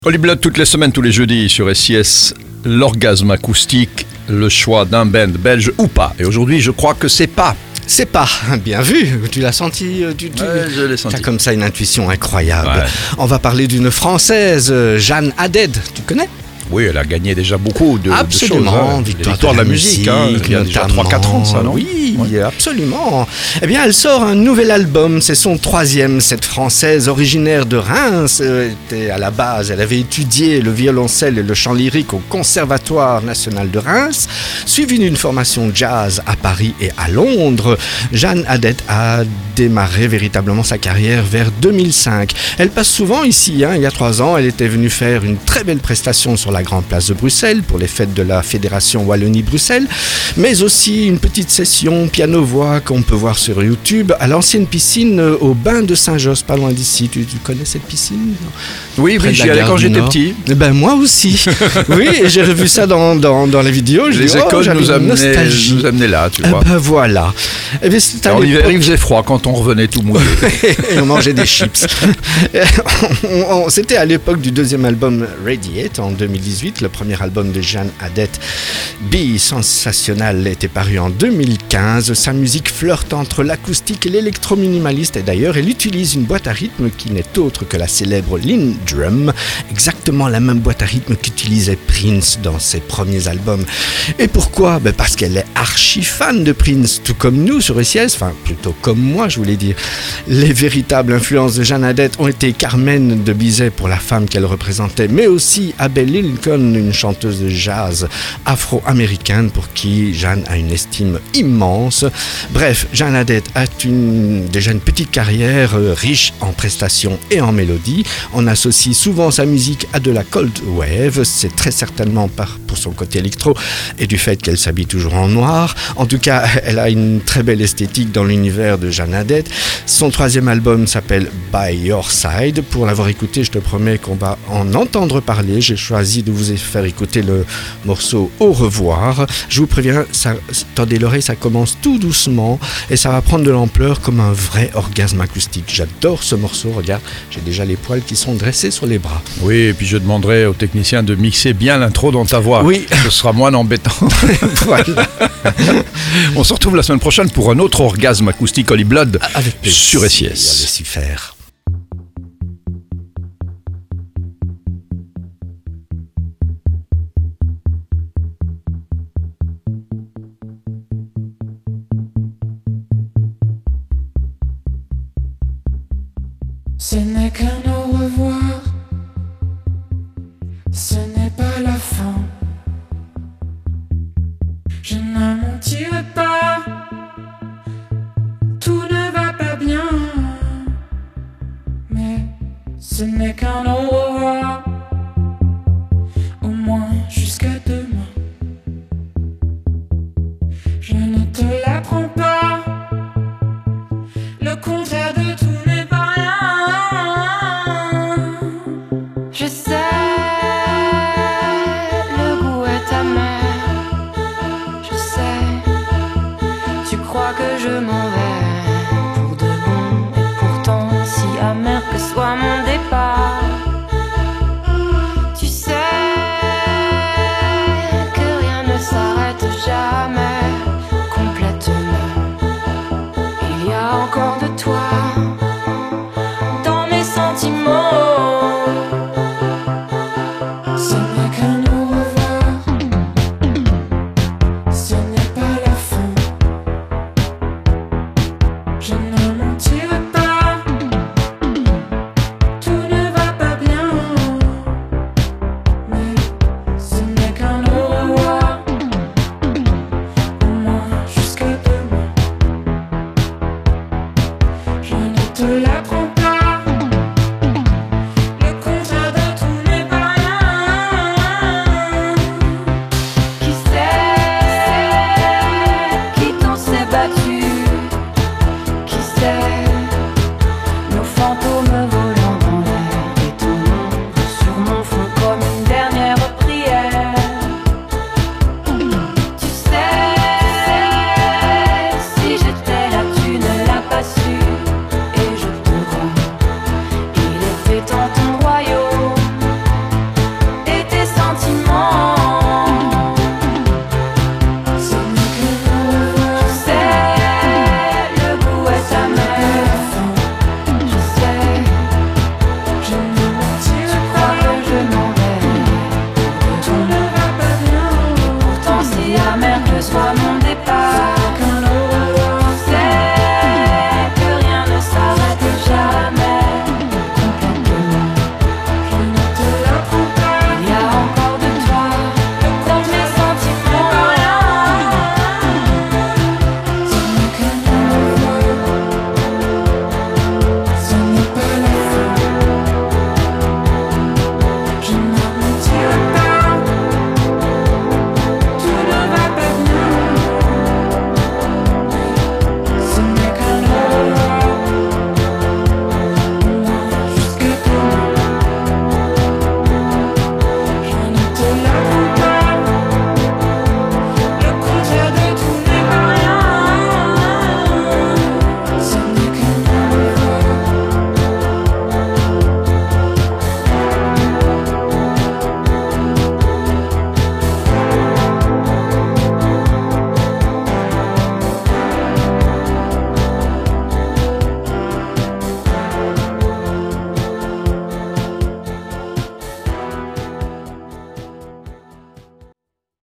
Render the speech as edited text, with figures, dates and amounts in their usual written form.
Holly Blood toutes les semaines, tous les jeudis sur SIS, l'orgasme acoustique, le choix d'un band belge ou pas. Et aujourd'hui, je crois que c'est pas. C'est pas, bien vu, tu l'as senti, Ouais, je l'ai senti. T'as comme ça une intuition incroyable. Ouais. On va parler d'une Française, Jeanne Haddad, tu connais ? Oui, elle a gagné déjà beaucoup de Absolument, choses. Hein. Victoire de la musique, il y a déjà 3-4 ans, ça, non ? Oui, Ouais. absolument. Eh bien, elle sort un nouvel album, c'est son 3e. Cette Française originaire de Reims était à la base, elle avait étudié le violoncelle et le chant lyrique au Conservatoire national de Reims, suivi d'une formation jazz à Paris et à Londres. Jeanne Haddad a démarré véritablement sa carrière vers 2005. Elle passe souvent ici, il y a 3 ans, elle était venue faire une très belle prestation sur la Grande Place de Bruxelles pour les fêtes de la Fédération Wallonie-Bruxelles, mais aussi une petite session piano-voix qu'on peut voir sur YouTube à l'ancienne piscine au Bain de Saint-Josse, pas loin d'ici. Tu connais cette piscine ? Oui, Près de j'y la allais gare quand du j'étais Nord. petit. Eh ben moi aussi. Oui, et j'ai revu ça dans la vidéo. Les écoles j'avais nous une amenaient nostalgie. là, tu Eh vois. ben voilà. Eh bien, c'est à En hiver, l'époque- il faisait froid quand on revenait tout mouillé. et on mangeait des chips. C'était à l'époque du 2e album Radiate en 2018. Le premier album de Jeanne Haddad, Be Sensationnel, était paru en 2015. Sa musique flirte entre l'acoustique et l'électro-minimaliste, et d'ailleurs elle utilise une boîte à rythme qui n'est autre que la célèbre Lindrum, exactement la même boîte à rythme qu'utilisait Prince dans ses premiers albums. Et pourquoi ? Parce qu'elle est archi fan de Prince, tout comme nous sur SIS, enfin plutôt comme moi je voulais dire. Les véritables influences de Jeanne Haddad ont été Carmen de Bizet pour la femme qu'elle représentait, mais aussi Abbey Lincoln, une chanteuse de jazz afro-américaine pour qui Jeanne a une estime immense. Bref, Jeanne Haddad a déjà une petite carrière riche en prestations et en mélodies. On associe souvent sa musique à de la cold wave, c'est très certainement pour son côté électro et du fait qu'elle s'habille toujours en noir. En tout cas, elle a une très belle esthétique dans l'univers de Jeanne Haddad. Son 3e album s'appelle By Your Side. Pour l'avoir écouté, je te promets qu'on va en entendre parler. J'ai choisi de vous faire écouter le morceau Au revoir. Je vous préviens, tendez l'oreille, ça commence tout doucement et ça va prendre de l'ampleur comme un vrai orgasme acoustique. J'adore ce morceau, regarde, j'ai déjà les poils qui sont dressés sur les bras. Oui, et puis je demanderai au technicien de mixer bien l'intro dans ta voix. Oui. Ce sera moins embêtant. Voilà. On se retrouve la semaine prochaine pour un autre orgasme acoustique Holly Blood Avec sur plaisir, SIS. Lucifer. Ce n'est qu'un au revoir, ce n'est pas la fin. Je ne mentirai pas, tout ne va pas bien. Mais ce n'est qu'un au revoir, au moins jusqu'à demain. Je ne te l'apprends pas, le contraire de tout n'est pas rien. Je sais, le goût est amer. Je sais, tu crois que je m'en vais.